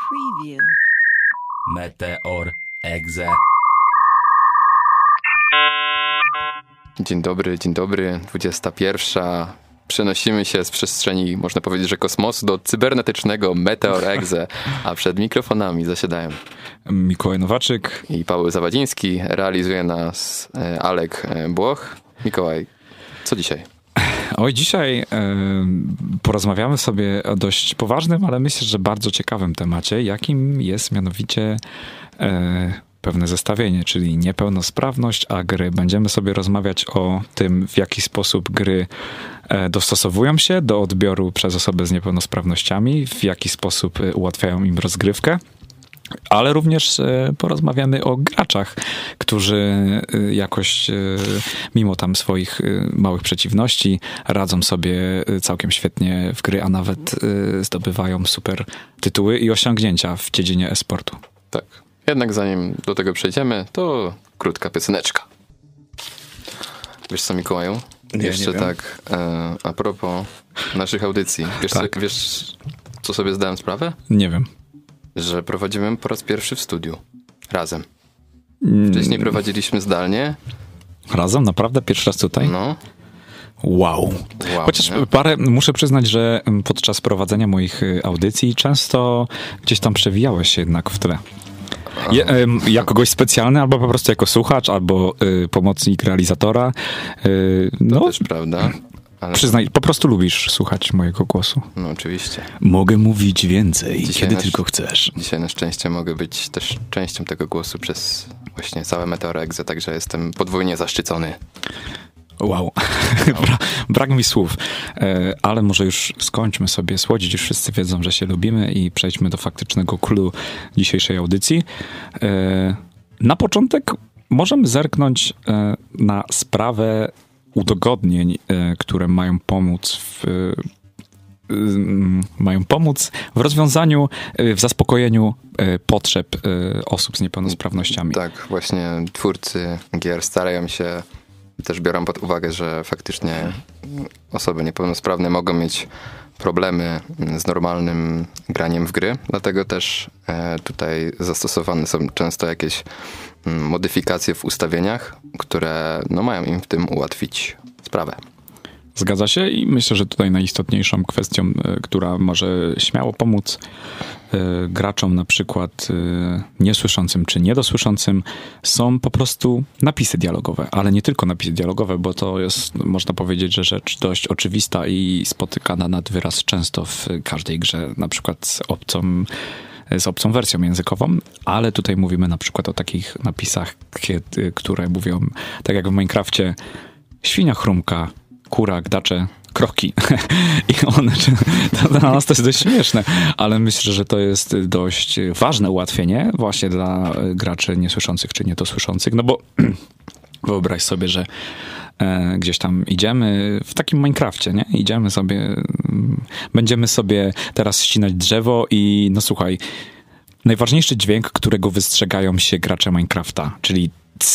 Preview. Meteor Exe. Dzień dobry, 21. Przenosimy się z przestrzeni, można powiedzieć, że kosmosu do cybernetycznego Meteor Exe, a przed mikrofonami zasiadają Mikołaj Nowaczyk i Paweł Zawadziński. Realizuje nas Alek Błoch. Mikołaj, co dzisiaj? Oj, dzisiaj porozmawiamy sobie o dość poważnym, ale myślę, że bardzo ciekawym temacie, jakim jest mianowicie pewne zestawienie, czyli niepełnosprawność, a gry. Będziemy sobie rozmawiać o tym, w jaki sposób gry dostosowują się do odbioru przez osoby z niepełnosprawnościami, w jaki sposób ułatwiają im rozgrywkę. Ale również porozmawiamy o graczach, którzy jakoś mimo tam swoich małych przeciwności radzą sobie całkiem świetnie w gry, a nawet zdobywają super tytuły i osiągnięcia w dziedzinie e-sportu. Tak. Jednak zanim do tego przejdziemy, to krótka pioseneczka. Wiesz co, Mikołaju? Jeszcze nie tak a propos naszych audycji. Tak. Wiesz, co sobie zdałem sprawę? Nie wiem. Że prowadzimy po raz pierwszy w studiu. Razem. Wcześniej prowadziliśmy zdalnie. Razem? Naprawdę? Pierwszy raz tutaj? No. Wow. Chociaż nie? muszę przyznać, że podczas prowadzenia moich audycji często gdzieś tam przewijałeś się jednak w tle. Jako gość specjalny, albo po prostu jako słuchacz, albo pomocnik realizatora. To też prawda. Ale... Przyznaj, po prostu lubisz słuchać mojego głosu. No oczywiście. Mogę mówić więcej, Dzisiaj kiedy tylko chcesz. Dzisiaj na szczęście mogę być też częścią tego głosu przez właśnie całe Meteor Exe, także jestem podwójnie zaszczycony. Wow. Brak mi słów. Ale może już skończmy sobie słodzić. Już wszyscy wiedzą, że się lubimy i przejdźmy do faktycznego clou dzisiejszej audycji. Na początek możemy zerknąć na sprawę udogodnień, które mają pomóc w rozwiązaniu, w zaspokojeniu potrzeb osób z niepełnosprawnościami. Tak, właśnie twórcy gier starają się, też biorą pod uwagę, że faktycznie osoby niepełnosprawne mogą mieć problemy z normalnym graniem w gry, dlatego też tutaj zastosowane są często jakieś modyfikacje w ustawieniach, które mają im w tym ułatwić sprawę. Zgadza się i myślę, że tutaj najistotniejszą kwestią, która może śmiało pomóc graczom na przykład niesłyszącym czy niedosłyszącym, są po prostu napisy dialogowe, ale nie tylko napisy dialogowe, bo to jest, można powiedzieć, że rzecz dość oczywista i spotykana nad wyraz często w każdej grze, na przykład z obcą wersją językową, ale tutaj mówimy na przykład o takich napisach, które mówią, tak jak w Minecrafcie, świnia chrumka, kura, gdacze, kroki. I one, dla nas to jest dość śmieszne, ale myślę, że to jest dość ważne ułatwienie właśnie dla graczy niesłyszących czy niedosłyszących, no bo wyobraź sobie, że gdzieś tam idziemy w takim Minecrafcie, nie? Idziemy sobie, będziemy sobie teraz ścinać drzewo i no słuchaj, najważniejszy dźwięk, którego wystrzegają się gracze Minecrafta, czyli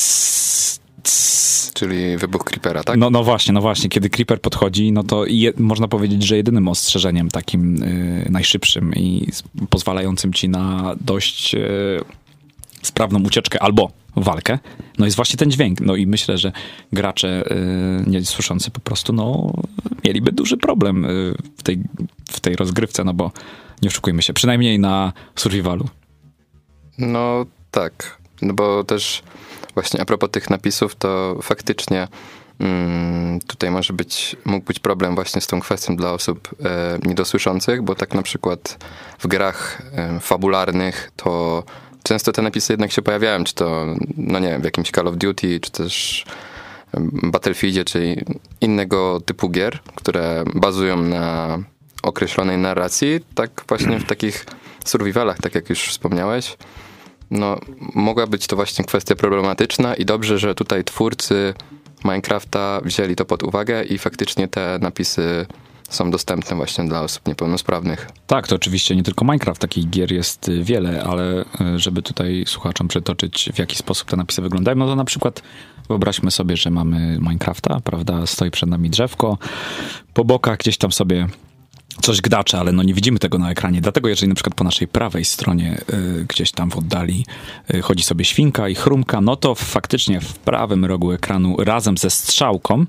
Czyli wybuch creepera, tak? No właśnie, kiedy creeper podchodzi, no to można powiedzieć, że jedynym ostrzeżeniem takim najszybszym i pozwalającym ci na dość sprawną ucieczkę albo walkę, no jest właśnie ten dźwięk. No i myślę, że gracze niesłyszący po prostu mieliby duży problem w tej rozgrywce, no bo nie oszukujmy się, przynajmniej na survivalu. No tak, no bo też właśnie a propos tych napisów, to faktycznie tutaj mógł być problem właśnie z tą kwestią dla osób niedosłyszących, bo tak na przykład w grach fabularnych to często te napisy jednak się pojawiają, czy to, no nie wiem, w jakimś Call of Duty, czy też Battlefieldzie, czy innego typu gier, które bazują na określonej narracji, tak właśnie w takich survivalach, tak jak już wspomniałeś, mogła być to właśnie kwestia problematyczna i dobrze, że tutaj twórcy Minecrafta wzięli to pod uwagę i faktycznie te napisy są dostępne właśnie dla osób niepełnosprawnych. Tak, to oczywiście nie tylko Minecraft, takich gier jest wiele, ale żeby tutaj słuchaczom przytoczyć, w jaki sposób te napisy wyglądają, no to na przykład wyobraźmy sobie, że mamy Minecrafta, prawda, stoi przed nami drzewko, po bokach gdzieś tam sobie coś gdacze, ale no nie widzimy tego na ekranie. Dlatego jeżeli na przykład po naszej prawej stronie gdzieś tam w oddali chodzi sobie świnka i chrumka, no to faktycznie w prawym rogu ekranu razem ze strzałką,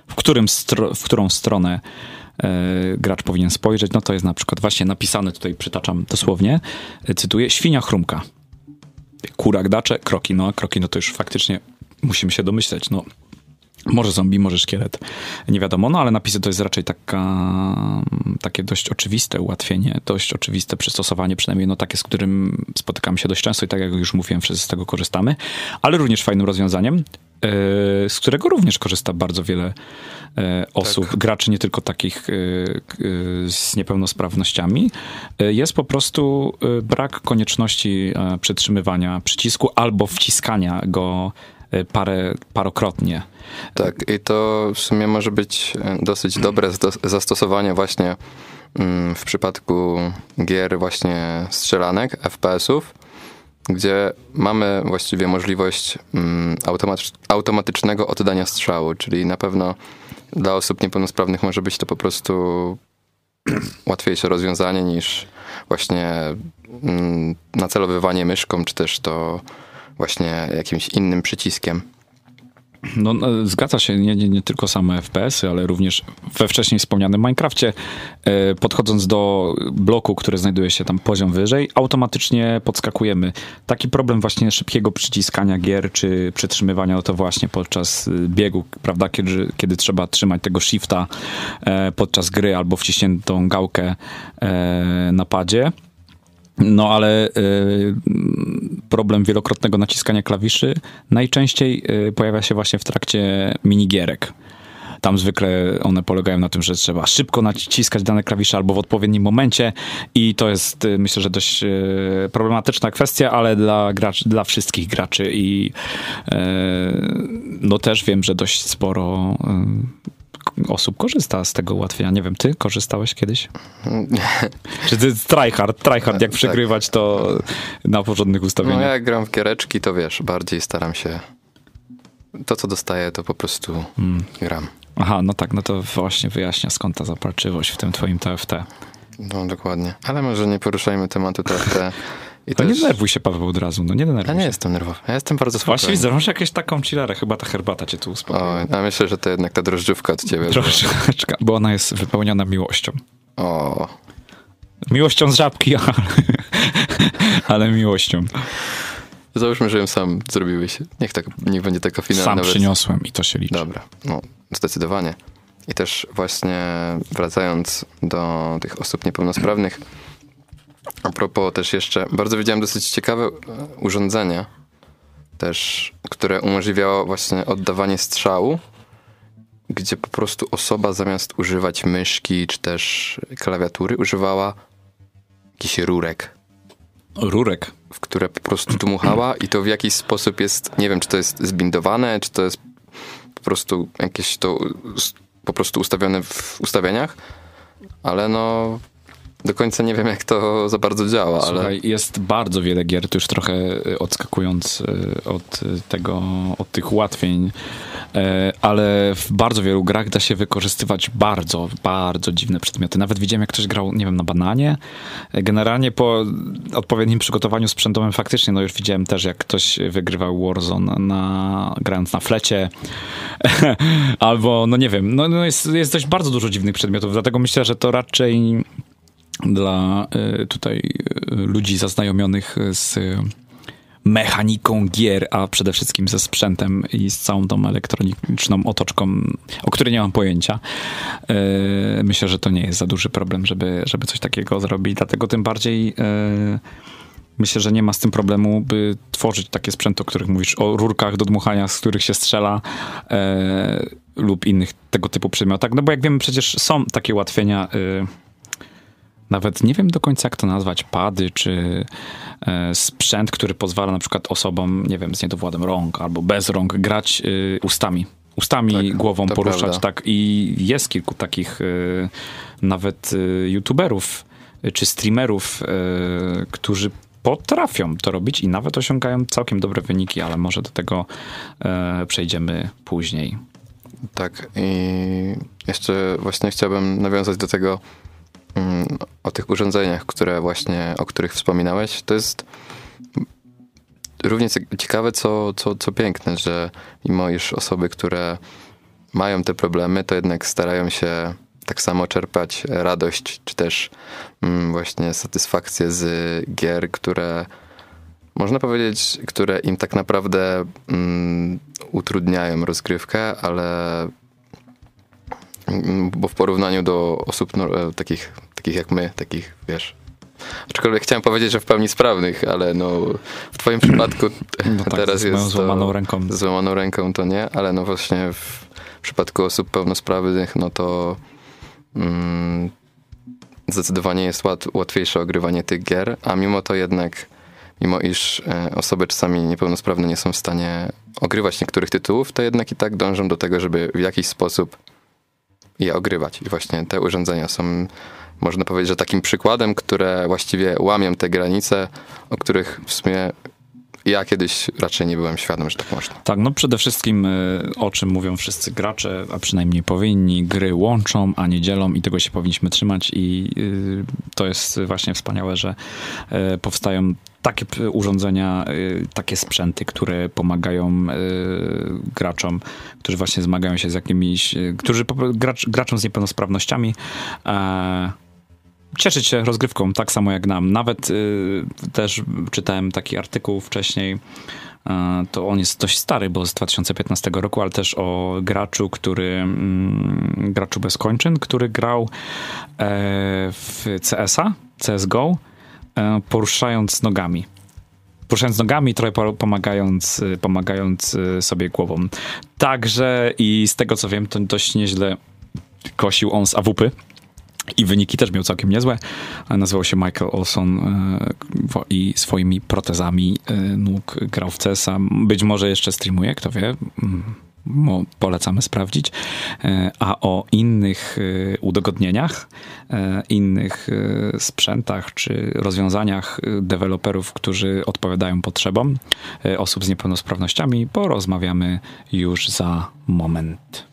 w którą stronę gracz powinien spojrzeć, no to jest na przykład właśnie napisane, tutaj przytaczam dosłownie, cytuję, świnia chrumka. Kura gdacze, kroki. No kroki, no to już faktycznie musimy się domyśleć, no może zombie, może szkielet, nie wiadomo, no ale napisy to jest raczej takie dość oczywiste ułatwienie, dość oczywiste przystosowanie, przynajmniej no takie, z którym spotykamy się dość często i tak jak już mówiłem, wszyscy z tego korzystamy, ale również fajnym rozwiązaniem, z którego również korzysta bardzo wiele osób, tak. Graczy, nie tylko takich z niepełnosprawnościami, jest po prostu brak konieczności przytrzymywania przycisku albo wciskania go parokrotnie. Tak, i to w sumie może być dosyć dobre zastosowanie właśnie w przypadku gier właśnie strzelanek, FPS-ów, gdzie mamy właściwie możliwość automatycznego oddania strzału, czyli na pewno dla osób niepełnosprawnych może być to po prostu łatwiejsze rozwiązanie niż właśnie nacelowywanie myszką, czy też to właśnie jakimś innym przyciskiem. No, zgadza się, nie tylko same FPS-y, ale również we wcześniej wspomnianym Minecrafcie, podchodząc do bloku, który znajduje się tam poziom wyżej, automatycznie podskakujemy. Taki problem właśnie szybkiego przyciskania gier, czy przytrzymywania, no to właśnie podczas biegu, prawda, kiedy trzeba trzymać tego shifta podczas gry albo wciśniętą gałkę na padzie. No ale problem wielokrotnego naciskania klawiszy najczęściej pojawia się właśnie w trakcie minigierek. Tam zwykle one polegają na tym, że trzeba szybko naciskać dane klawisze albo w odpowiednim momencie i to jest, myślę, że dość problematyczna kwestia, ale dla wszystkich graczy i no też wiem, że dość sporo osób korzysta z tego ułatwienia. Nie wiem, ty korzystałeś kiedyś? Czy ty tryhard, jak przegrywać to na porządnych ustawieniach? No jak gram w giereczki, to wiesz, bardziej staram się to, co dostaję, to po prostu gram. Aha, no tak, no to właśnie wyjaśnia, skąd ta zapalczywość w tym twoim TFT. No dokładnie. Ale może nie poruszajmy tematu TFT. I to nie denerwuj się, Paweł, od razu. No nie denerwuj się. Ja nie jestem nerwowy. Ja jestem bardzo spokojny. Właśnie widzę, masz jakąś taką chillerę. Chyba ta herbata cię tu uspokoi. A myślę, że to jednak ta drożdżówka od ciebie. Troszeczkę, bo ona jest wypełniona miłością. O. Miłością z żabki, ale miłością. Załóżmy, że ją sam zrobiłeś. Niech będzie taka finalna wersja. Sam przyniosłem i to się liczy. Dobra, no zdecydowanie. I też właśnie wracając do tych osób niepełnosprawnych, a propos też jeszcze, bardzo widziałem dosyć ciekawe urządzenie też, które umożliwiało właśnie oddawanie strzału, gdzie po prostu osoba zamiast używać myszki czy też klawiatury używała jakichś rurek. Rurek? W które po prostu dmuchała i to w jakiś sposób jest, nie wiem, czy to jest zbindowane, czy to jest po prostu jakieś to po prostu ustawione w ustawieniach, ale no do końca nie wiem, jak to za bardzo działa. Słuchaj, ale jest bardzo wiele gier, tu już trochę odskakując od tych ułatwień, ale w bardzo wielu grach da się wykorzystywać bardzo, bardzo dziwne przedmioty. Nawet widziałem, jak ktoś grał, nie wiem, na bananie. Generalnie po odpowiednim przygotowaniu sprzętowym faktycznie, no już widziałem też, jak ktoś wygrywał Warzone grając na flecie. Albo, no nie wiem, no jest dość bardzo dużo dziwnych przedmiotów, dlatego myślę, że to raczej dla tutaj ludzi zaznajomionych z mechaniką gier, a przede wszystkim ze sprzętem i z całą tą elektroniczną otoczką, o której nie mam pojęcia. Myślę, że to nie jest za duży problem, żeby coś takiego zrobić. Dlatego tym bardziej myślę, że nie ma z tym problemu, by tworzyć takie sprzęty, o których mówisz, o rurkach do dmuchania, z których się strzela lub innych tego typu przedmiotach. No bo jak wiemy, przecież są takie ułatwienia, nawet nie wiem do końca, jak to nazwać, pady, czy sprzęt, który pozwala na przykład osobom, nie wiem, z niedowładem rąk albo bez rąk grać ustami, tak, głową poruszać, prawda. Tak. I jest kilku takich nawet youtuberów czy streamerów, którzy potrafią to robić i nawet osiągają całkiem dobre wyniki, ale może do tego przejdziemy później. Tak, i jeszcze właśnie chciałbym nawiązać do tego o tych urządzeniach, o których wspominałeś, to jest równie ciekawe, co piękne, że mimo iż osoby, które mają te problemy, to jednak starają się tak samo czerpać radość, czy też właśnie satysfakcję z gier, które można powiedzieć, które im tak naprawdę utrudniają rozgrywkę, ale bo w porównaniu do osób takich jak my, takich, wiesz, aczkolwiek chciałem powiedzieć, że w pełni sprawnych, ale no w twoim przypadku tak, teraz jest złamaną ręką. Złamaną ręką to nie, ale no właśnie w przypadku osób pełnosprawnych, no to zdecydowanie jest łatwiejsze ogrywanie tych gier, a mimo to jednak, mimo iż osoby czasami niepełnosprawne nie są w stanie ogrywać niektórych tytułów, to jednak i tak dążą do tego, żeby w jakiś sposób je ogrywać. I właśnie te urządzenia są, można powiedzieć, że takim przykładem, które właściwie łamią te granice, o których w sumie ja kiedyś raczej nie byłem świadom, że tak można. Tak, no przede wszystkim o czym mówią wszyscy gracze, a przynajmniej powinni, gry łączą, a nie dzielą i tego się powinniśmy trzymać i to jest właśnie wspaniałe, że powstają takie urządzenia, takie sprzęty, które pomagają graczom, którzy właśnie zmagają się z jakimiś, graczom z niepełnosprawnościami, cieszyć się rozgrywką, tak samo jak nam. Nawet też czytałem taki artykuł wcześniej, to on jest dość stary, bo z 2015 roku, ale też o graczu bez kończyn, który grał w CS-a, CSGO, poruszając nogami, trochę pomagając sobie głową. Także i z tego co wiem, to dość nieźle kosił on z AWP. I wyniki też miał całkiem niezłe. Nazywał się Michael Olson i swoimi protezami nóg grał w CS-a. Być może jeszcze streamuje, kto wie. Polecamy sprawdzić. A o innych udogodnieniach, innych sprzętach czy rozwiązaniach deweloperów, którzy odpowiadają potrzebom osób z niepełnosprawnościami, porozmawiamy już za moment.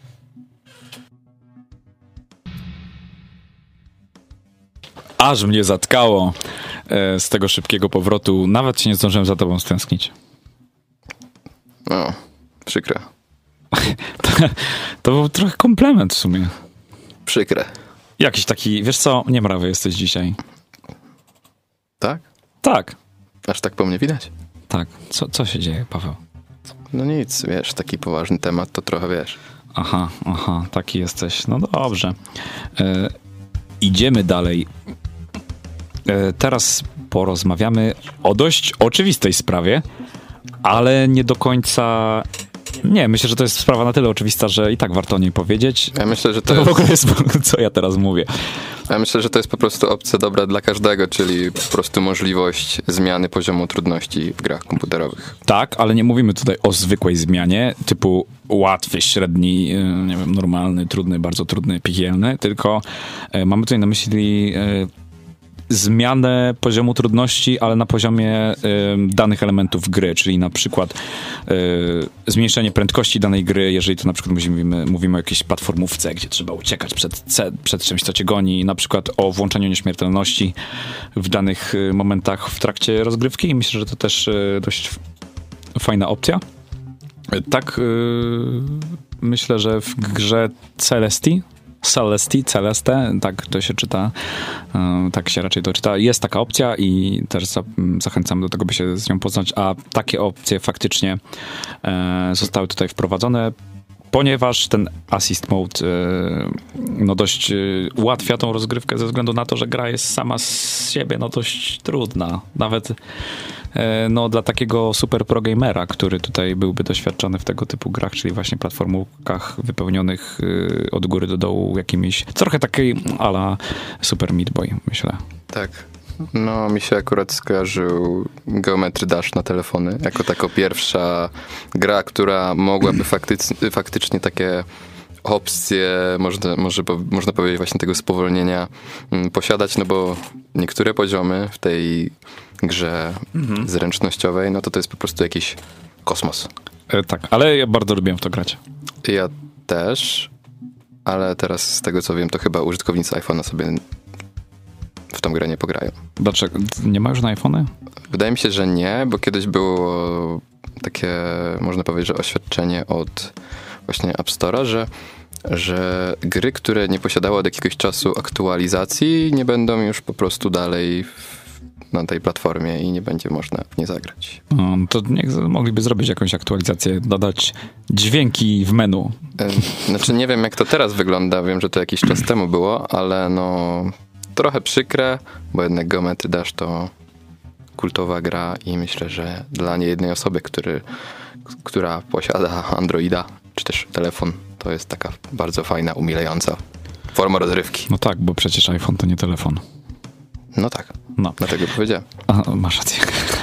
Aż mnie zatkało z tego szybkiego powrotu. Nawet się nie zdążyłem za tobą stęsknić. No, przykre. To był trochę komplement w sumie. Przykre. Jakiś taki, wiesz co, niemrawy jesteś dzisiaj. Tak? Tak. Aż tak po mnie widać? Tak. Co się dzieje, Paweł? No nic, wiesz, taki poważny temat to trochę wiesz. Aha, taki jesteś. No dobrze. Idziemy dalej. Teraz porozmawiamy o dość oczywistej sprawie, ale nie do końca... Nie, myślę, że to jest sprawa na tyle oczywista, że i tak warto o niej powiedzieć. Ja myślę, że to w ogóle jest... Co ja teraz mówię? Ja myślę, że to jest po prostu opcja dobra dla każdego, czyli po prostu możliwość zmiany poziomu trudności w grach komputerowych. Tak, ale nie mówimy tutaj o zwykłej zmianie, typu łatwy, średni, nie wiem, normalny, trudny, bardzo trudny, piekielny, tylko mamy tutaj na myśli zmianę poziomu trudności, ale na poziomie danych elementów gry, czyli na przykład zmniejszenie prędkości danej gry, jeżeli to na przykład mówimy o jakiejś platformówce, gdzie trzeba uciekać przed czymś, co cię goni, na przykład o włączeniu nieśmiertelności w danych momentach w trakcie rozgrywki i myślę, że to też dość fajna opcja. Tak, myślę, że w grze Celeste, tak to się czyta, tak się raczej to czyta. Jest taka opcja i też zachęcam do tego, by się z nią poznać, a takie opcje faktycznie zostały tutaj wprowadzone, ponieważ ten assist mode no dość ułatwia tą rozgrywkę ze względu na to, że gra jest sama z siebie no dość trudna. Nawet no dla takiego super pro gamera, który tutaj byłby doświadczony w tego typu grach, czyli właśnie platformówkach wypełnionych od góry do dołu jakimiś, trochę takiej a la Super Meat Boy, myślę. Tak. No, mi się akurat skojarzył Geometry Dash na telefony, jako taka pierwsza gra, która mogłaby faktycznie takie opcje, można powiedzieć właśnie tego spowolnienia posiadać, no bo niektóre poziomy w tej grze zręcznościowej, no to jest po prostu jakiś kosmos. Tak, ale ja bardzo lubię w to grać. Ja też, ale teraz z tego co wiem, to chyba użytkownicy iPhone'a sobie w tą grę nie pograją. Dlaczego? Nie ma już na iPhony? Wydaje mi się, że nie, bo kiedyś było takie, można powiedzieć, że oświadczenie od właśnie App Store'a, że gry, które nie posiadały od jakiegoś czasu aktualizacji, nie będą już po prostu dalej na tej platformie i nie będzie można w nie zagrać. No, to mogliby zrobić jakąś aktualizację, dodać dźwięki w menu. Znaczy nie wiem, jak to teraz wygląda, wiem, że to jakiś czas temu było, ale no trochę przykre, bo jednak Geometry Dash to kultowa gra i myślę, że dla niejednej osoby, która posiada Androida, czy też telefon, to jest taka bardzo fajna, umilająca forma rozrywki. No tak, bo przecież iPhone to nie telefon. No tak, no. Dlatego powiedziałem. Masz rację.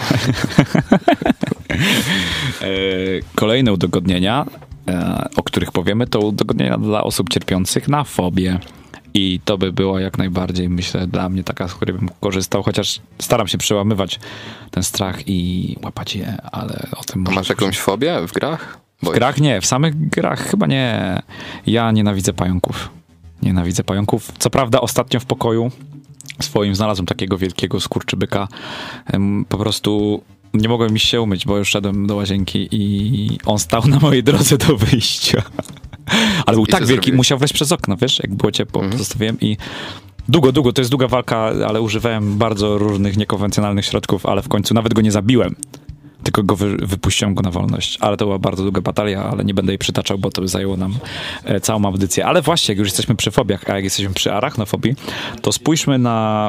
Kolejne udogodnienia, o których powiemy, to udogodnienia dla osób cierpiących na fobię. I to by było jak najbardziej, myślę, dla mnie taka, z której bym korzystał, chociaż staram się przełamywać ten strach i łapać je, ale o tym... A masz jakąś fobię w grach? W grach nie, w samych grach chyba nie. Ja nienawidzę pająków. Nienawidzę pająków. Co prawda ostatnio w pokoju swoim znalazłem takiego wielkiego skurczybyka. Po prostu nie mogłem iść się umyć, bo już szedłem do łazienki i on stał na mojej drodze do wyjścia. Ale był tak wielki, musiał wejść przez okno, wiesz, jak było ciepło, zostawiłem i długo, to jest długa walka, ale używałem bardzo różnych niekonwencjonalnych środków, ale w końcu nawet go nie zabiłem, tylko go wypuściłem go na wolność. Ale to była bardzo długa batalia, ale nie będę jej przytaczał, bo to by zajęło nam całą audycję. Ale właśnie, jak już jesteśmy przy fobiach, a jak jesteśmy przy arachnofobii, to spójrzmy na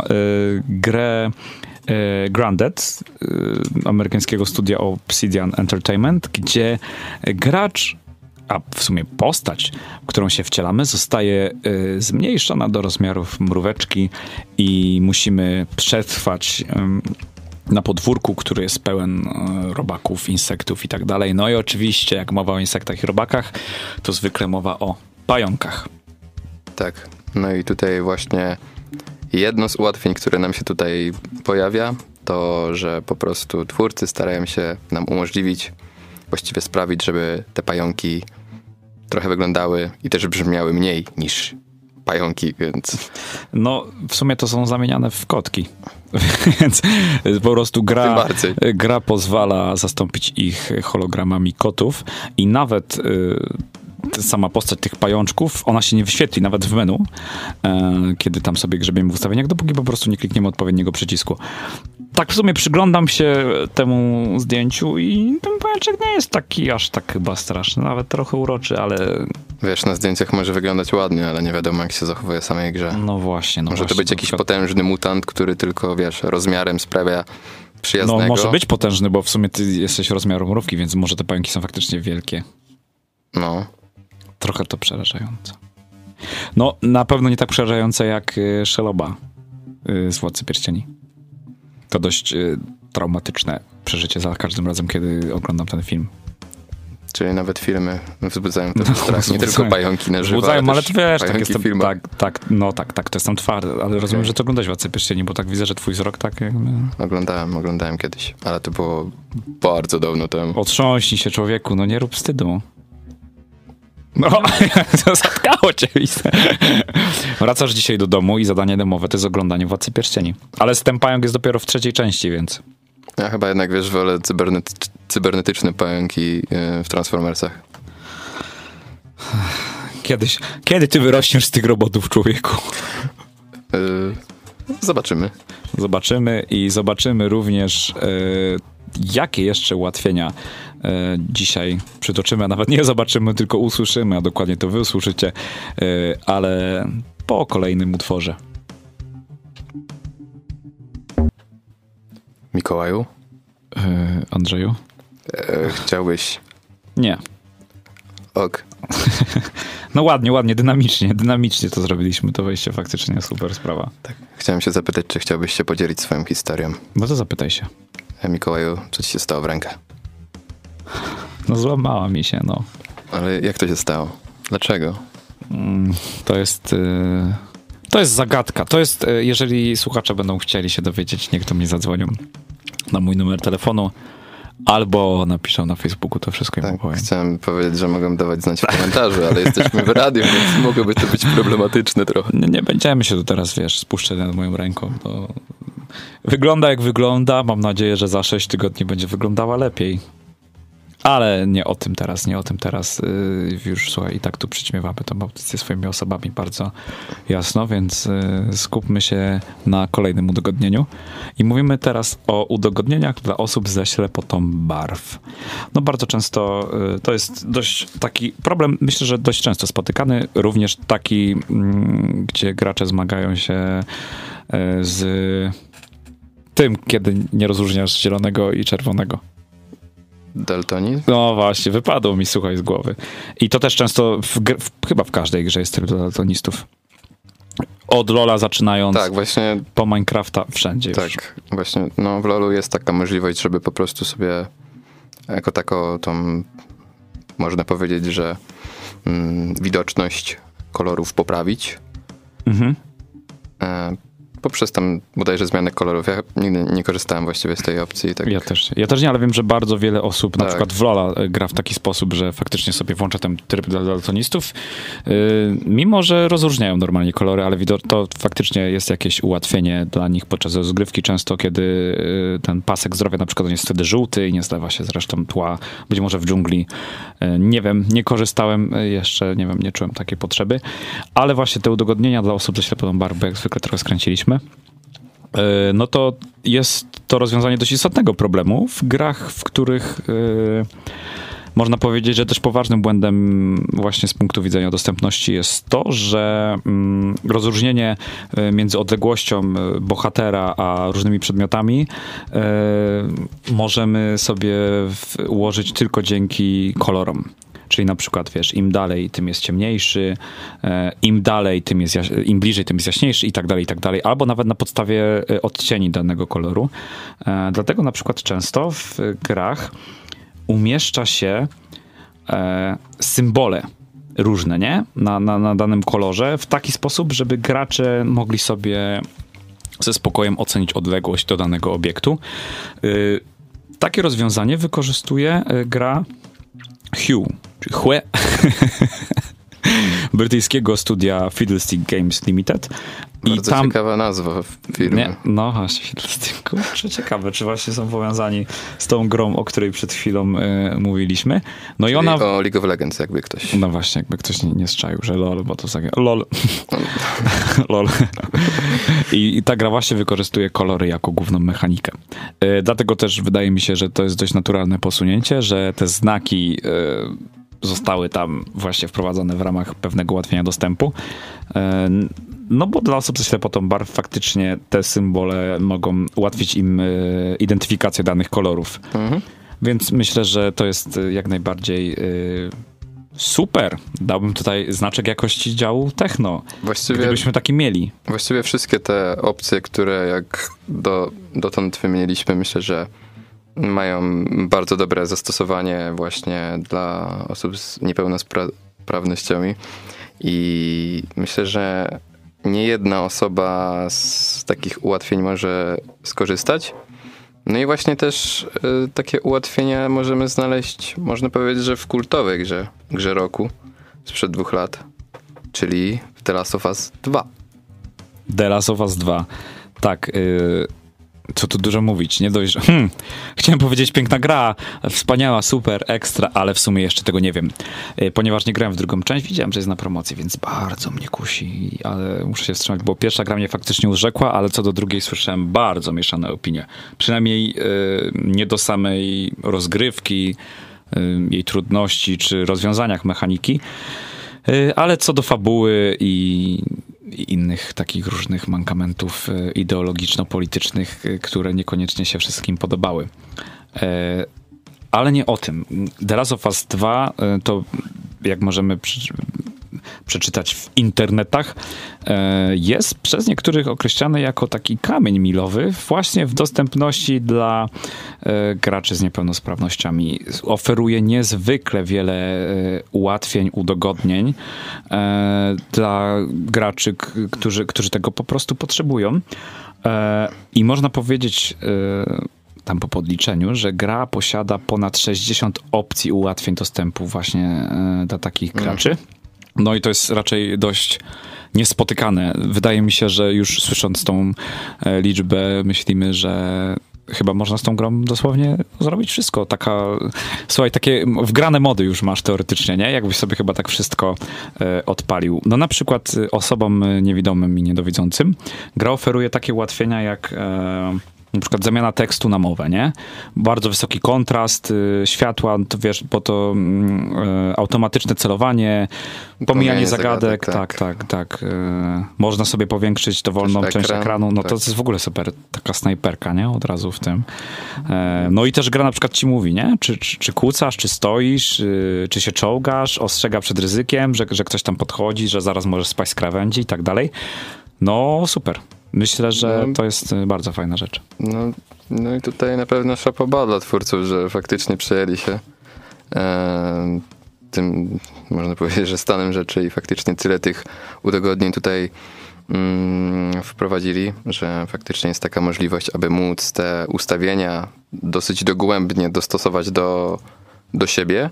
grę Grounded, amerykańskiego studia Obsidian Entertainment, gdzie gracz, a w sumie postać, w którą się wcielamy, zostaje zmniejszona do rozmiarów mróweczki i musimy przetrwać na podwórku, który jest pełen robaków, insektów i tak dalej. No i oczywiście, jak mowa o insektach i robakach, to zwykle mowa o pająkach. Tak. No i tutaj właśnie jedno z ułatwień, które nam się tutaj pojawia, to, że po prostu twórcy starają się nam umożliwić, właściwie sprawić, żeby te pająki trochę wyglądały i też brzmiały mniej niż pająki, więc... No, w sumie to są zamieniane w kotki, więc po prostu gra pozwala zastąpić ich hologramami kotów i nawet sama postać tych pajączków, ona się nie wyświetli nawet w menu, kiedy tam sobie grzebiemy w ustawieniach, dopóki po prostu nie klikniemy odpowiedniego przycisku. Tak w sumie przyglądam się temu zdjęciu i ten pajączek nie jest taki aż tak chyba straszny, nawet trochę uroczy, ale... Wiesz, na zdjęciach może wyglądać ładnie, ale nie wiadomo, jak się zachowuje w samej grze. No właśnie. Może to być jakiś potężny mutant, który tylko, wiesz, rozmiarem sprawia przyjaznego. No może być potężny, bo w sumie ty jesteś rozmiaru mrówki, więc może te pająki są faktycznie wielkie. No. Trochę to przerażające. No, na pewno nie tak przerażające jak Szeloba z Władcy Pierścieni. To dość traumatyczne przeżycie za każdym razem, kiedy oglądam ten film. Czyli nawet filmy wzbudzają ten strach, nie tylko pająki na żywo, wzbudzają, ale to wiesz, tak jest to jestem twardy, ale rozumiem, że to oglądałeś Władcę Pierścieni, bo tak widzę, że twój wzrok tak jakby... Oglądałem kiedyś, ale to było bardzo dawno temu. Otrząśnij się, człowieku, no nie rób wstydu. No, to zatkało cię. Wracasz dzisiaj do domu i zadanie domowe to jest oglądanie Władcy Pierścieni. Ale ten pająk jest dopiero w 3. części, więc... Ja chyba jednak, wiesz, wolę cybernetyczne pająki w Transformersach. Kiedy ty wyrośniesz z tych robotów, człowieku? Zobaczymy. Zobaczymy również, jakie jeszcze ułatwienia dzisiaj przytoczymy, a nawet nie zobaczymy, tylko usłyszymy, a dokładnie to wy usłyszycie, ale po kolejnym utworze. Mikołaju? Andrzeju? Chciałbyś... Nie. Ok. No ładnie, dynamicznie to zrobiliśmy, to wejście faktycznie super sprawa. Tak. Chciałem się zapytać, czy chciałbyś się podzielić swoją historią? No to zapytaj się. Mikołaju, co ci się stało w rękę? No złamała mi się, no. Ale jak to się stało? Dlaczego? To jest zagadka. To jest, jeżeli słuchacze będą chcieli się dowiedzieć, niech do mnie zadzwonią na mój numer telefonu, albo napiszą na Facebooku, to wszystko im Tak, opowiem. chciałem powiedzieć, że mogą dawać znać w komentarzu, ale jesteśmy w radiu, więc mogłoby to być problematyczne trochę. Nie będziemy się tu teraz, spuszczać nad moją ręką. To wygląda jak wygląda. Mam nadzieję, że za 6 tygodni będzie wyglądała lepiej. Ale nie o tym teraz. Już słuchaj, i tak tu przyćmiewamy tą audycję swoimi osobami bardzo jasno, więc skupmy się na kolejnym udogodnieniu. I mówimy teraz o udogodnieniach dla osób ze ślepotą barw. No bardzo często to jest dość taki problem, myślę, że dość często spotykany, również taki, gdzie gracze zmagają się z tym, kiedy nie rozróżniasz zielonego i czerwonego. Daltonizm? No właśnie, wypadło mi, słuchaj, z głowy. I to też często, chyba w każdej grze jest tyle daltonistów. Od LoL'a zaczynając, tak, właśnie, po Minecrafta, wszędzie już. Tak, właśnie, no w LoL'u jest taka możliwość, żeby po prostu sobie jako taką tą, można powiedzieć, że widoczność kolorów poprawić. Mhm. Poprzez tam bodajże zmianę kolorów. Ja nigdy nie korzystałem właściwie z tej opcji. Tak. Ja też nie, ale wiem, że bardzo wiele osób na Tak. przykład w LoL'a gra w taki sposób, że faktycznie sobie włącza ten tryb dla daltonistów, mimo że rozróżniają normalnie kolory, ale to faktycznie jest jakieś ułatwienie dla nich podczas rozgrywki. Często, kiedy ten pasek zdrowia na przykład on jest wtedy żółty i nie zlewa się z resztą tła, być może w dżungli. Nie wiem, nie korzystałem jeszcze, nie wiem, nie czułem takiej potrzeby, ale właśnie te udogodnienia dla osób ze ślepotą barw, bo jak zwykle trochę skręciliśmy, no to jest to rozwiązanie dość istotnego problemu w grach, w których można powiedzieć, że też poważnym błędem właśnie z punktu widzenia dostępności jest to, że rozróżnienie między odległością bohatera a różnymi przedmiotami możemy sobie ułożyć tylko dzięki kolorom. Czyli na przykład, wiesz, im dalej, tym jest ciemniejszy, im dalej, im bliżej, tym jest jaśniejszy i tak dalej. Albo nawet na podstawie odcieni danego koloru. Dlatego na przykład często w grach umieszcza się symbole różne, nie? Na danym kolorze w taki sposób, żeby gracze mogli sobie ze spokojem ocenić odległość do danego obiektu. Takie rozwiązanie wykorzystuje gra Hue, czyli Hue, brytyjskiego studia Fiddlestick Games Limited. Bardzo tam ciekawa nazwa firmy. Nie, no właśnie, kurczę, ciekawe, czy właśnie są powiązani z tą grą, o której przed chwilą mówiliśmy. No Czyli i ona... o League of Legends, jakby ktoś. No właśnie, jakby ktoś nie strzaił, że LOL, bo to LOL. LOL. I ta gra właśnie wykorzystuje kolory jako główną mechanikę. Dlatego też wydaje mi się, że to jest dość naturalne posunięcie, że te znaki zostały tam właśnie wprowadzone w ramach pewnego ułatwienia dostępu. No bo dla osób ze ślepotą barw faktycznie te symbole mogą ułatwić im identyfikację danych kolorów. Mhm. Więc myślę, że to jest jak najbardziej super. Dałbym tutaj znaczek jakości działu techno. Gdybyśmy taki mieli. Właściwie wszystkie te opcje, które jak dotąd wymieniliśmy, myślę, że mają bardzo dobre zastosowanie właśnie dla osób z niepełnosprawnościami i myślę, że nie jedna osoba z takich ułatwień może skorzystać. No i właśnie też takie ułatwienia możemy znaleźć, można powiedzieć, że w kultowej grze roku sprzed 2 lat, czyli w The Last of Us 2. The Last of Us 2. Tak, co tu dużo mówić, nie dość, że chciałem powiedzieć piękna gra, wspaniała, super, ekstra, ale w sumie jeszcze tego nie wiem. Ponieważ nie grałem w drugą część, widziałem, że jest na promocji, więc bardzo mnie kusi, ale muszę się wstrzymać, bo pierwsza gra mnie faktycznie urzekła, ale co do drugiej słyszałem bardzo mieszane opinie. Przynajmniej nie do samej rozgrywki, jej trudności, czy rozwiązaniach mechaniki, ale co do fabuły i innych takich różnych mankamentów ideologiczno-politycznych, które niekoniecznie się wszystkim podobały. Ale nie o tym. The Last of Us 2 to, jak możemy przeczytać w internetach, jest przez niektórych określany jako taki kamień milowy właśnie w dostępności dla graczy z niepełnosprawnościami. Oferuje niezwykle wiele ułatwień, udogodnień dla graczy, którzy tego po prostu potrzebują. I można powiedzieć tam po podliczeniu, że gra posiada ponad 60 opcji ułatwień dostępu właśnie dla takich graczy. No i to jest raczej dość niespotykane. Wydaje mi się, że już słysząc tą liczbę myślimy, że chyba można z tą grą dosłownie zrobić wszystko. Słuchaj, takie wgrane mody już masz teoretycznie, nie? Jakbyś sobie chyba tak wszystko odpalił. No na przykład osobom niewidomym i niedowidzącym gra oferuje takie ułatwienia jak na przykład zamiana tekstu na mowę, nie? Bardzo wysoki kontrast światła, to wiesz, bo to automatyczne celowanie, pomijanie zagadek, tak. Można sobie powiększyć dowolną część ekranu, no to jest w ogóle super, taka snajperka, nie? Od razu w tym. No i też gra na przykład ci mówi, nie? Czy kłócasz, czy stoisz, czy się czołgasz, ostrzega przed ryzykiem, że ktoś tam podchodzi, że zaraz możesz spaść z krawędzi i tak dalej. No super. Myślę, że to jest bardzo fajna rzecz. No i tutaj na pewno szapoba dla twórców, że faktycznie przejęli się tym, można powiedzieć, że stanem rzeczy i faktycznie tyle tych udogodnień tutaj wprowadzili, że faktycznie jest taka możliwość, aby móc te ustawienia dosyć dogłębnie dostosować do siebie.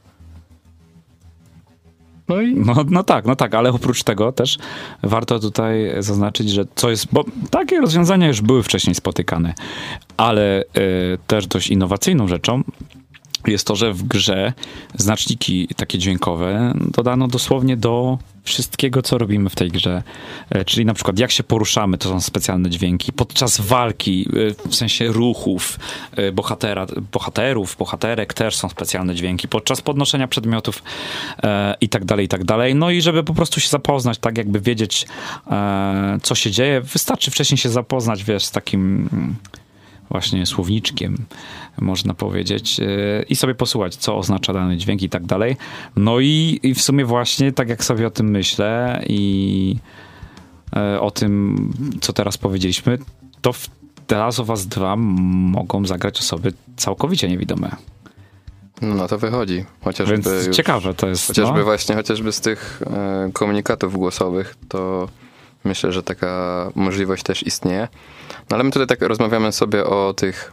No tak, ale oprócz tego też warto tutaj zaznaczyć, że co jest, bo takie rozwiązania już były wcześniej spotykane, ale też dość innowacyjną rzeczą jest to, że w grze znaczniki takie dźwiękowe dodano dosłownie do wszystkiego, co robimy w tej grze. Czyli na przykład jak się poruszamy, to są specjalne dźwięki. Podczas walki, w sensie ruchów bohaterek też są specjalne dźwięki. Podczas podnoszenia przedmiotów i tak dalej. No i żeby po prostu się zapoznać, tak jakby wiedzieć, co się dzieje, wystarczy wcześniej się zapoznać, wiesz, z takim właśnie słowniczkiem, można powiedzieć, i sobie posłuchać, co oznacza dany dźwięk i tak dalej. No i w sumie właśnie, tak jak sobie o tym myślę i o tym, co teraz powiedzieliśmy, to w The Last of Us 2 mogą zagrać osoby całkowicie niewidome. No to wychodzi. Chociażby Więc już, ciekawe to jest. Chociażby z tych komunikatów głosowych, to myślę, że taka możliwość też istnieje. No ale my tutaj tak rozmawiamy sobie o tych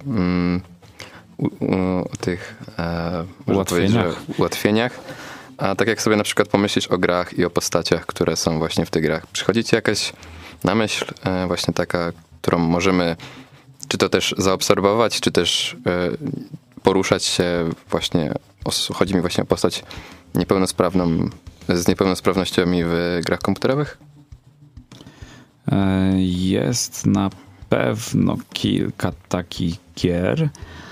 ułatwieniach. A tak jak sobie na przykład pomyślisz o grach i o postaciach, które są właśnie w tych grach, przychodzi ci jakaś na myśl właśnie taka, którą możemy czy to też zaobserwować, czy też poruszać się właśnie, chodzi mi właśnie o postać niepełnosprawną, z niepełnosprawnościami w grach komputerowych? Jest na pewno kilka takich gier.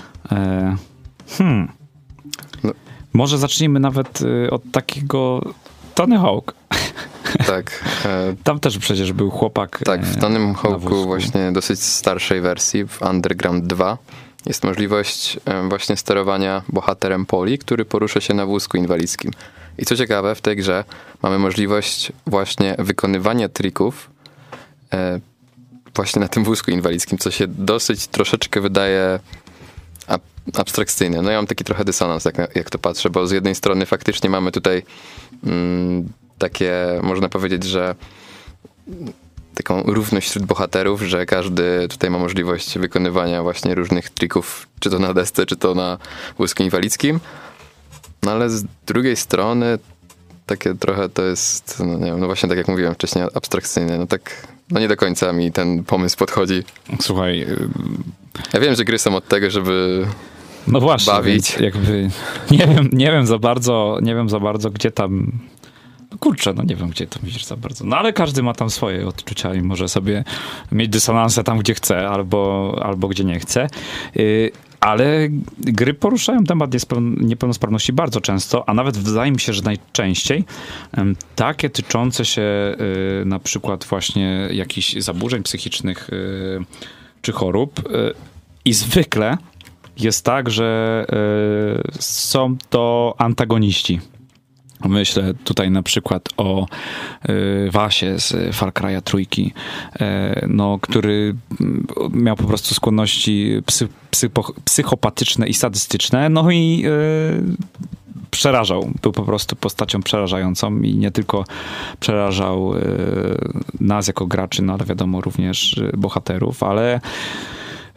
Może zacznijmy nawet od takiego Tony Hawk. Tak. Tam też przecież był chłopak. Tak, w Tony Hawku właśnie dosyć starszej wersji, w Underground 2, jest możliwość właśnie sterowania bohaterem Poli, który porusza się na wózku inwalidzkim. I co ciekawe, w tej grze mamy możliwość właśnie wykonywania trików właśnie na tym wózku inwalidzkim, co się dosyć troszeczkę wydaje abstrakcyjne. No ja mam taki trochę dysonans, jak to patrzę, bo z jednej strony faktycznie mamy tutaj takie, można powiedzieć, że taką równość wśród bohaterów, że każdy tutaj ma możliwość wykonywania właśnie różnych trików, czy to na desce, czy to na wózku inwalidzkim. No ale z drugiej strony takie trochę to jest, no nie wiem, no właśnie tak jak mówiłem wcześniej, abstrakcyjne. No tak, no nie do końca mi ten pomysł podchodzi. Słuchaj. Ja wiem, że gry są od tego, żeby no właśnie, bawić. Jakby nie wiem za bardzo, gdzie tam. Kurczę, no nie wiem, gdzie to widzisz za bardzo. No ale każdy ma tam swoje odczucia i może sobie mieć dysonansę tam, gdzie chce, albo gdzie nie chce. Ale gry poruszają temat niepełnosprawności bardzo często, a nawet wydaje mi się, że najczęściej takie tyczące się na przykład właśnie jakichś zaburzeń psychicznych czy chorób. I zwykle jest tak, że są to antagoniści. Myślę tutaj na przykład o Wasie z Far Cry'a 3, no, który miał po prostu skłonności psychopatyczne i sadystyczne, no i przerażał. Był po prostu postacią przerażającą i nie tylko przerażał nas jako graczy, no ale wiadomo również bohaterów, ale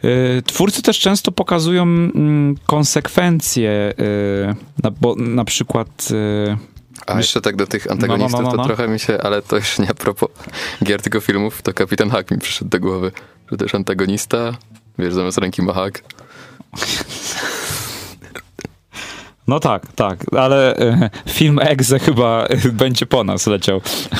Twórcy też często pokazują konsekwencje, bo na przykład... A jeszcze tak do tych antagonistów to trochę mi się, ale to już nie a propos gier, tylko filmów, to Kapitan Hack mi przyszedł do głowy, że też antagonista, wiesz, zamiast ręki ma hak. No tak, ale film Egze chyba będzie po nas leciał.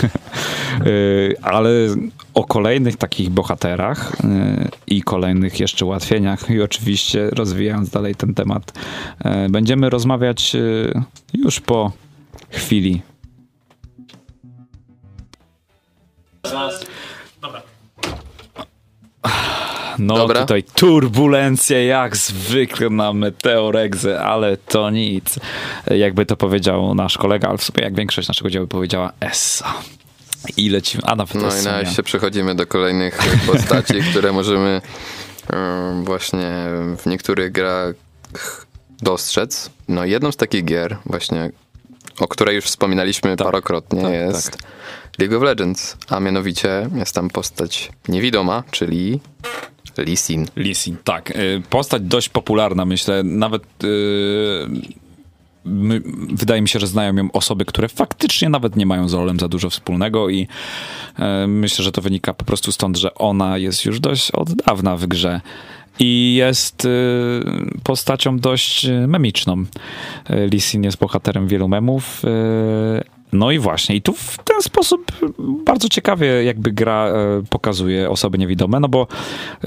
Ale o kolejnych takich bohaterach i kolejnych jeszcze ułatwieniach i oczywiście rozwijając dalej ten temat, będziemy rozmawiać już po chwili. No dobra. Tutaj turbulencje jak zwykle na Meteoregze, ale to nic. Jakby to powiedział nasz kolega, ale w sumie jak większość naszego działu powiedziała Essa. I lecimy, a nawet no i na się przechodzimy do kolejnych postaci, które możemy właśnie w niektórych grach dostrzec. No jedną z takich gier właśnie, o której już wspominaliśmy parokrotnie, jest League of Legends, a mianowicie jest tam postać niewidoma, czyli Lee Sin. Lee Sin, tak. Postać dość popularna, myślę. Nawet wydaje mi się, że znają ją osoby, które faktycznie nawet nie mają z LoL-em za dużo wspólnego i myślę, że to wynika po prostu stąd, że ona jest już dość od dawna w grze. I jest postacią dość memiczną. Lee Sin jest bohaterem wielu memów. No i właśnie, i tu w ten sposób bardzo ciekawie jakby gra pokazuje osoby niewidome, no bo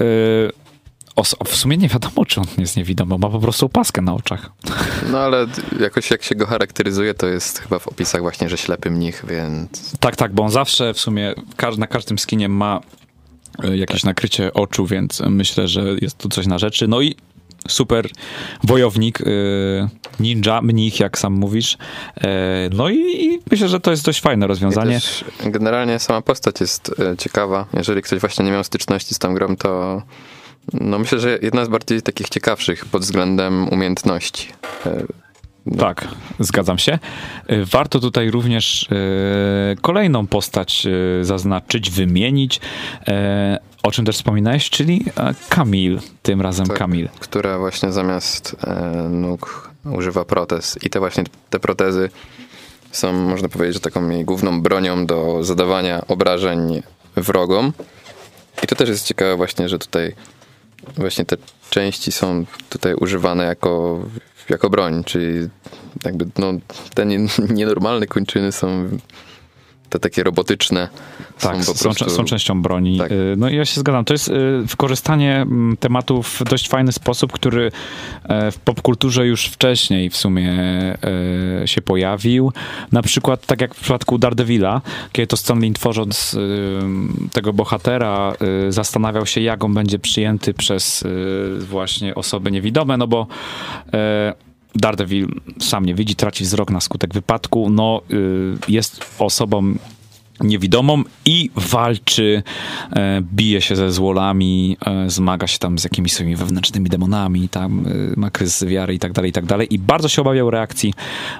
w sumie nie wiadomo, czy on jest niewidomy, ma po prostu opaskę na oczach. No ale jakoś jak się go charakteryzuje, to jest chyba w opisach właśnie, że ślepy mnich, więc... Tak, bo on zawsze w sumie na każdym skinie ma jakieś nakrycie oczu, więc myślę, że jest tu coś na rzeczy. No i super wojownik, ninja, mnich, jak sam mówisz. No i myślę, że to jest dość fajne rozwiązanie. Generalnie sama postać jest ciekawa. Jeżeli ktoś właśnie nie miał styczności z tą grą, to no myślę, że jedna z bardziej takich ciekawszych pod względem umiejętności. No. Tak, zgadzam się. Warto tutaj również kolejną postać zaznaczyć, wymienić, o czym też wspominałeś, czyli Camille, tym razem tak, Camille. Która właśnie zamiast nóg używa protez i te protezy są, można powiedzieć, że taką jej główną bronią do zadawania obrażeń wrogom. I to też jest ciekawe właśnie, że tutaj właśnie te części są tutaj używane jako broń, czyli jakby no, te nienormalne kończyny są te takie robotyczne. Tak, są częścią broni. Tak. No i ja się zgadzam. To jest wykorzystanie tematu w dość fajny sposób, który w popkulturze już wcześniej w sumie się pojawił. Na przykład tak jak w przypadku Daredevila, kiedy to Stan Lee, tworząc tego bohatera, zastanawiał się, jak on będzie przyjęty przez właśnie osoby niewidome, no bo Daredevil sam nie widzi, traci wzrok na skutek wypadku, no jest osobą niewidomą i walczy, bije się ze złolami, zmaga się tam z jakimiś swoimi wewnętrznymi demonami, tam ma kryzys wiary i tak dalej. I bardzo się obawiał reakcji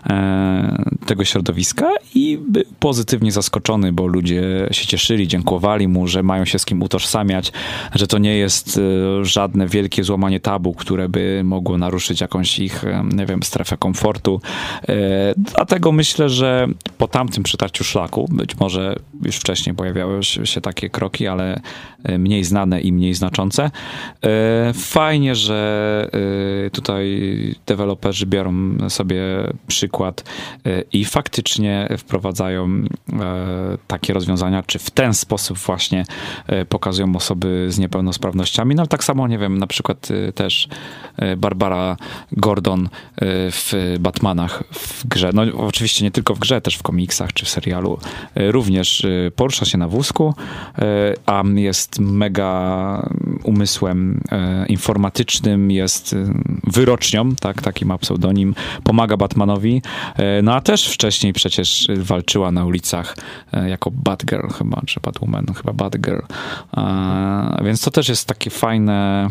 tego środowiska i był pozytywnie zaskoczony, bo ludzie się cieszyli, dziękowali mu, że mają się z kim utożsamiać, że to nie jest żadne wielkie złamanie tabu, które by mogło naruszyć jakąś ich, nie wiem, strefę komfortu. Dlatego myślę, że po tamtym przytarciu szlaku, być może już wcześniej pojawiały się takie kroki, ale mniej znane i mniej znaczące. Fajnie, że tutaj deweloperzy biorą sobie przykład i faktycznie wprowadzają takie rozwiązania, czy w ten sposób właśnie pokazują osoby z niepełnosprawnościami. No ale tak samo, nie wiem, na przykład też Barbara Gordon w Batmanach w grze. No oczywiście nie tylko w grze, też w komiksach czy w serialu. Również porusza się na wózku, a jest mega umysłem informatycznym, jest wyrocznią, tak, taki ma pseudonim, pomaga Batmanowi, no a też wcześniej przecież walczyła na ulicach jako Batgirl chyba, czy Batwoman, chyba Batgirl. Więc to też jest takie fajne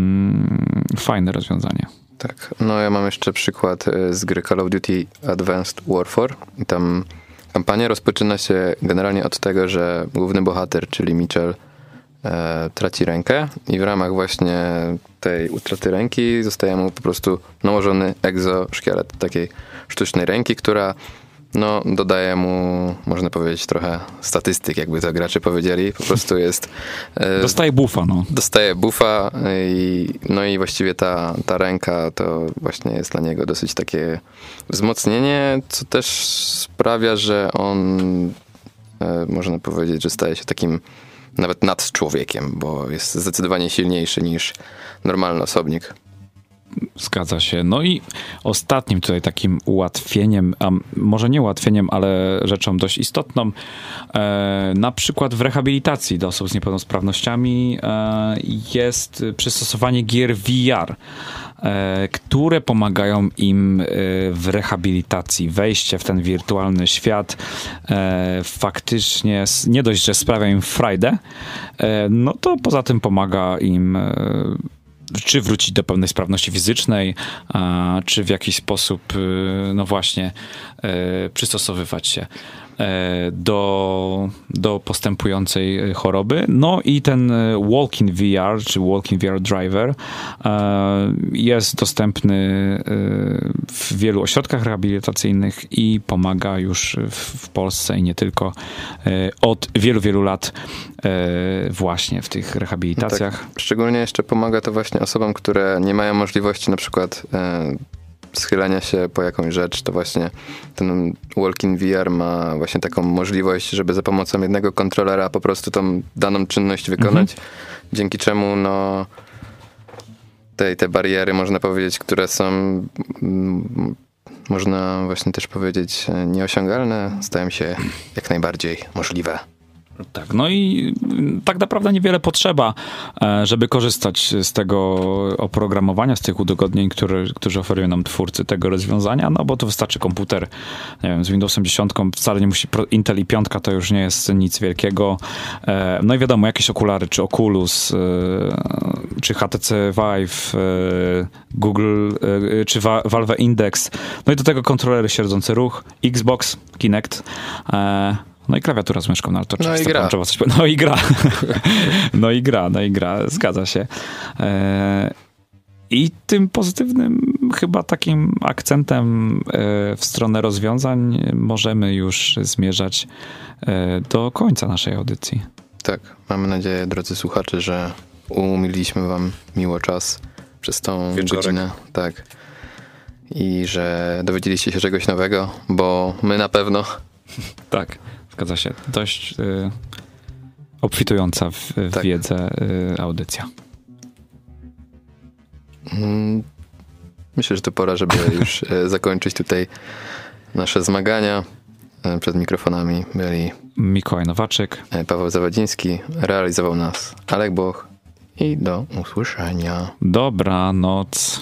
rozwiązanie. Tak, no ja mam jeszcze przykład z gry Call of Duty Advanced Warfare i tam kampania rozpoczyna się generalnie od tego, że główny bohater, czyli Mitchell, traci rękę i w ramach właśnie tej utraty ręki zostaje mu po prostu nałożony egzoszkielet takiej sztucznej ręki, która no, dodaje mu, można powiedzieć, trochę statystyk, jakby to gracze powiedzieli. Po prostu jest... Dostaje buffa, no. Dostaje buffa no i właściwie ta ręka to właśnie jest dla niego dosyć takie wzmocnienie, co też sprawia, że on można powiedzieć, że staje się takim nawet nad człowiekiem, bo jest zdecydowanie silniejszy niż normalny osobnik. Zgadza się. No i ostatnim tutaj takim ułatwieniem, a może nie ułatwieniem, ale rzeczą dość istotną, na przykład w rehabilitacji do osób z niepełnosprawnościami jest przystosowanie gier VR, które pomagają im w rehabilitacji, wejście w ten wirtualny świat. Faktycznie nie dość, że sprawia im frajdę, no to poza tym pomaga im czy wrócić do pełnej sprawności fizycznej, czy w jakiś sposób, no właśnie, przystosowywać się do postępującej choroby. No i ten Walk-in VR, czy Walk-in VR Driver jest dostępny w wielu ośrodkach rehabilitacyjnych i pomaga już w Polsce i nie tylko od wielu, wielu lat właśnie w tych rehabilitacjach. Tak. Szczególnie jeszcze pomaga to właśnie osobom, które nie mają możliwości na przykład schylania się po jakąś rzecz, to właśnie ten Walk-in VR ma właśnie taką możliwość, żeby za pomocą jednego kontrolera po prostu tą daną czynność wykonać, dzięki czemu no te bariery, można powiedzieć, które są można właśnie też powiedzieć nieosiągalne, stają się jak najbardziej możliwe. Tak, no i tak naprawdę niewiele potrzeba, żeby korzystać z tego oprogramowania, z tych udogodnień, którzy oferują nam twórcy tego rozwiązania, no bo to wystarczy komputer, nie wiem, z Windowsem 10, wcale nie musi, Intel i 5 to już nie jest nic wielkiego. No i wiadomo, jakieś okulary, czy Oculus, czy HTC Vive, Google, czy Valve Index, no i do tego kontrolery śledzące ruch, Xbox, Kinect, no i klawiatura z myszką, no ale to oczywiście połączowo coś... No i gra. No i gra, zgadza się. I tym pozytywnym chyba takim akcentem w stronę rozwiązań możemy już zmierzać do końca naszej audycji. Tak, mamy nadzieję, drodzy słuchacze, że umililiśmy wam miło czas przez tą godzinę. Tak. I że dowiedzieliście się czegoś nowego, bo my na pewno... Tak. Zgadza się. Dość obfitująca w wiedzę audycja. Myślę, że to pora, żeby już zakończyć tutaj nasze zmagania. Przed mikrofonami byli Mikołaj Nowaczyk, Paweł Zawadziński, realizował nas Alek Boch i do usłyszenia. Dobranoc.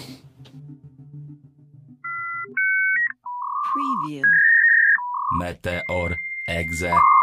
Meteor Exe.